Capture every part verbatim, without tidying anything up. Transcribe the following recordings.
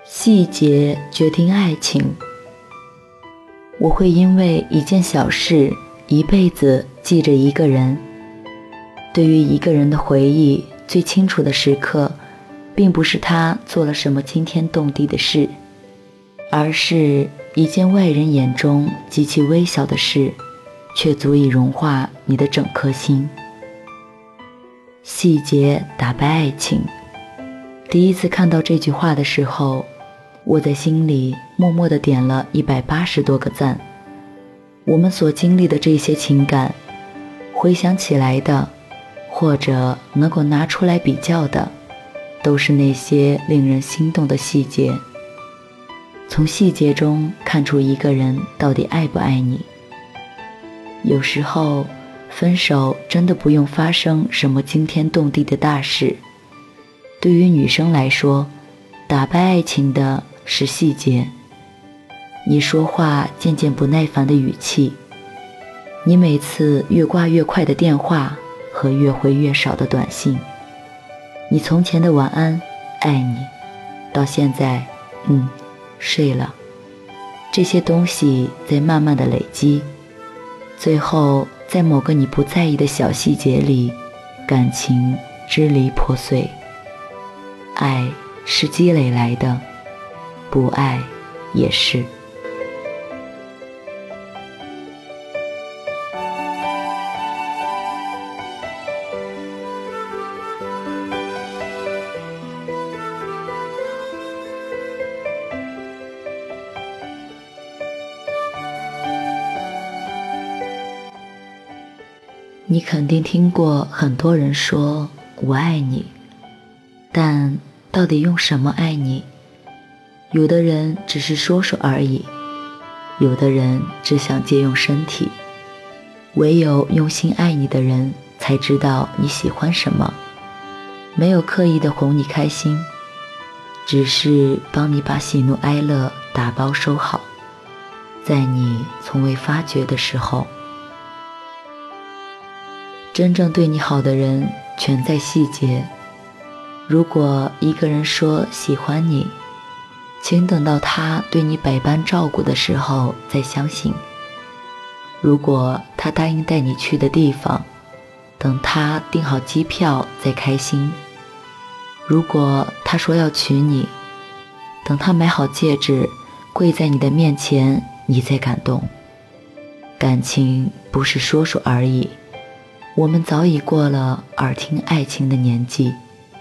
细节决定爱情。我会因为一件小事一辈子记着一个人。对于一个人的回忆，最清楚的时刻并不是他做了什么惊天动地的事，而是一件外人眼中极其微小的事，却足以融化你的整颗心。细节打败爱情。第一次看到这句话的时候，我在心里默默地点了一百八十多个赞。我们所经历的这些情感，回想起来的，或者能够拿出来比较的，都是那些令人心动的细节。从细节中看出一个人到底爱不爱你。有时候分手真的不用发生什么惊天动地的大事。对于女生来说，打败爱情的是细节。你说话渐渐不耐烦的语气，你每次越挂越快的电话和越回越少的短信，你从前的晚安，爱你，到现在，嗯，睡了。这些东西在慢慢的累积，最后在某个你不在意的小细节里，感情支离破碎。爱是积累来的，不爱也是。你肯定听过很多人说我爱你，但到底用什么爱你？有的人只是说说而已，有的人只想借用身体。唯有用心爱你的人才知道你喜欢什么，没有刻意的哄你开心，只是帮你把喜怒哀乐打包收好，在你从未发觉的时候。真正对你好的人全在细节。如果一个人说喜欢你，请等到他对你百般照顾的时候再相信。如果他答应带你去的地方，等他订好机票再开心。如果他说要娶你，等他买好戒指跪在你的面前，你再感动。感情不是说说而已，我们早已过了耳听爱情的年纪。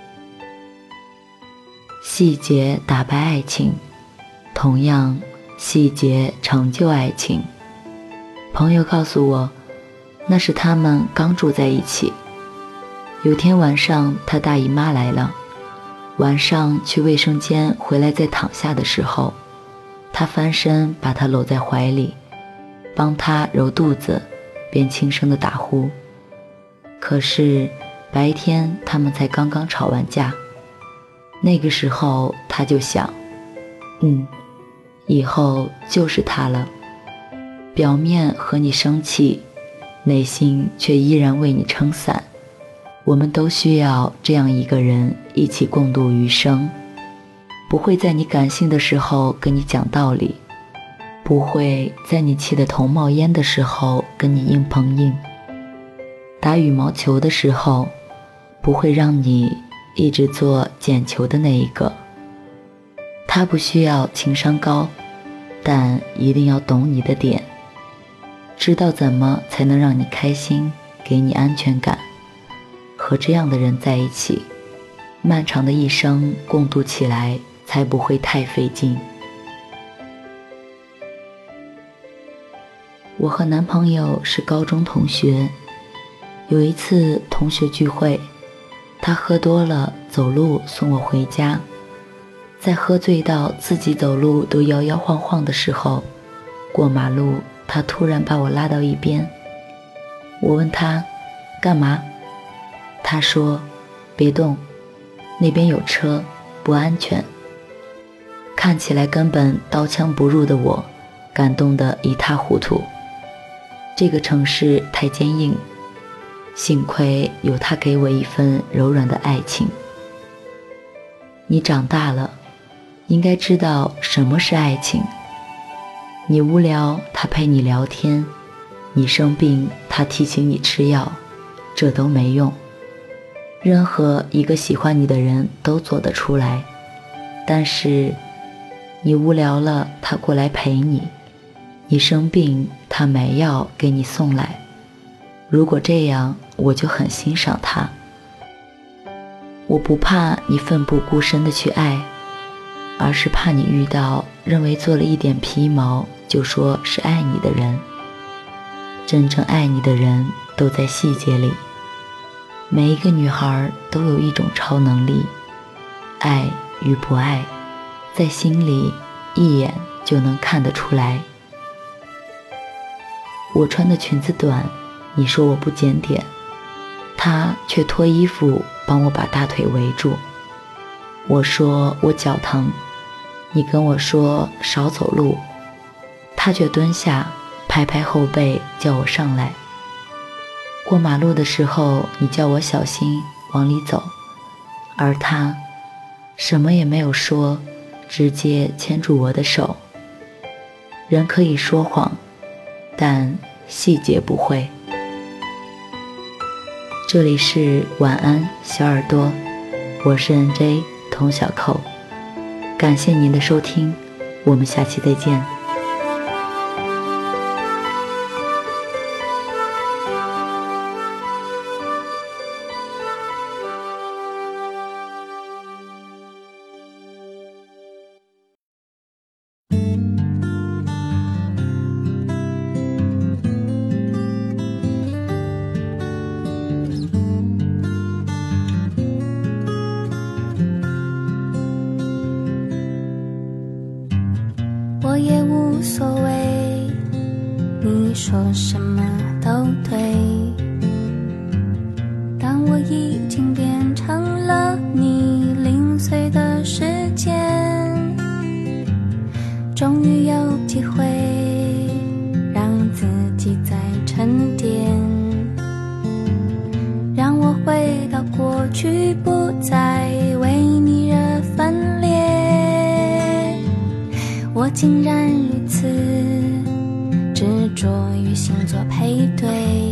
细节打败爱情，同样，细节成就爱情。朋友告诉我，那是他们刚住在一起。有天晚上，他大姨妈来了，晚上去卫生间回来再躺下的时候，他翻身把她搂在怀里，帮她揉肚子，便轻声地打呼。可是白天他们才刚刚吵完架，那个时候他就想，嗯，以后就是他了。表面和你生气，内心却依然为你撑伞。我们都需要这样一个人，一起共度余生。不会在你感性的时候跟你讲道理，不会在你气得头冒烟的时候跟你硬碰硬。打羽毛球的时候，不会让你一直做捡球的那一个。他不需要情商高，但一定要懂你的点，知道怎么才能让你开心，给你安全感。和这样的人在一起，漫长的一生共度起来才不会太费劲。我和男朋友是高中同学，有一次同学聚会，他喝多了，走路送我回家。在喝醉到自己走路都摇摇晃晃的时候，过马路，他突然把我拉到一边。我问他干嘛，他说别动，那边有车，不安全。看起来根本刀枪不入的我，感动得一塌糊涂。这个城市太坚硬，幸亏有他给我一份柔软的爱情。你长大了， 应该知道什么是爱情。你无聊，他陪你聊天；你生病，他提醒你吃药，这都没用。任何一个喜欢你的人都做得出来，但是你无聊了，他过来陪你；你生病，他买药给你送来。如果这样，我就很欣赏他。我不怕你奋不顾身地去爱，而是怕你遇到认为做了一点皮毛就说是爱你的人。真正爱你的人都在细节里。每一个女孩都有一种超能力，爱与不爱，在心里一眼就能看得出来。我穿的裙子短，你说我不检点，他却脱衣服帮我把大腿围住。我说我脚疼，你跟我说少走路，他却蹲下拍拍后背叫我上来。过马路的时候，你叫我小心往里走，而他什么也没有说，直接牵住我的手。人可以说谎，但细节不会。这里是晚安小耳朵，我是 N J 童小扣，感谢您的收听，我们下期再见。 我也无所谓，你说什么都对。当我已经变成了你零碎的时间，终于有机会让自己再沉淀，让我回到过去，不再为你而分裂。我竟然如此执着于星座配对，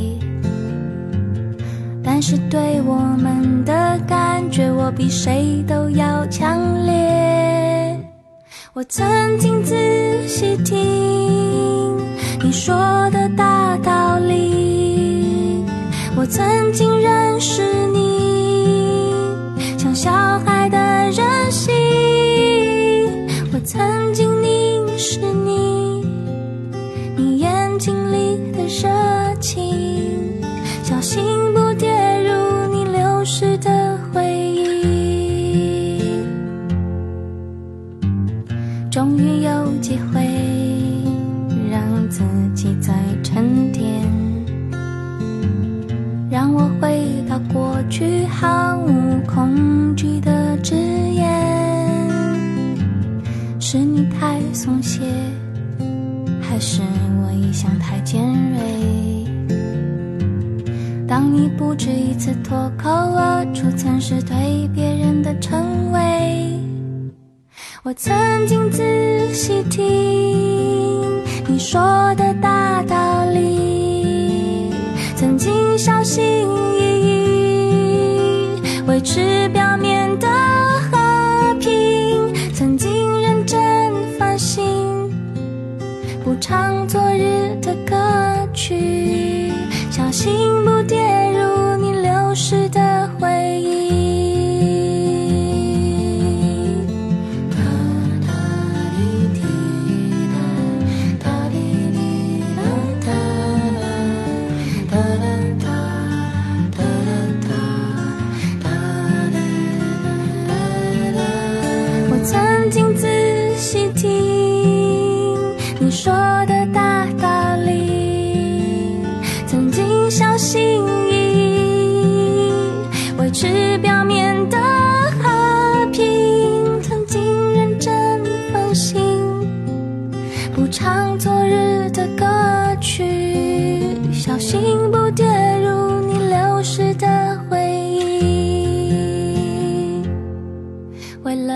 但是对我们的感觉，我比谁都要强烈。我曾经仔细听你说的大道理，我曾经认识你像小孩的任性，我曾经凝视你，你眼睛里的热情，小心不跌入你流逝的回忆。终于有机会让自己再沉淀，让我回到过去毫无恐惧的誓言。是你太松懈，还是我一向太尖锐？当你不止一次脱口而出曾是对别人的称谓，我曾经仔细听你说的大道理，曾经小心翼翼维持表面的和平，曾经认真反省不唱昨日的歌曲，小心不跌入你流逝的回忆。我曾经仔细听你说的大道理，曾经小心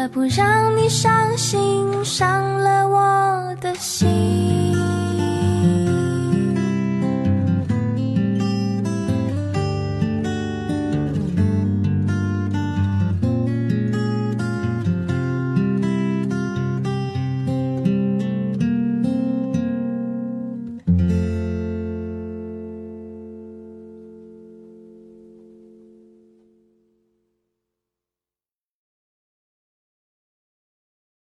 不让你伤心，伤了我的心。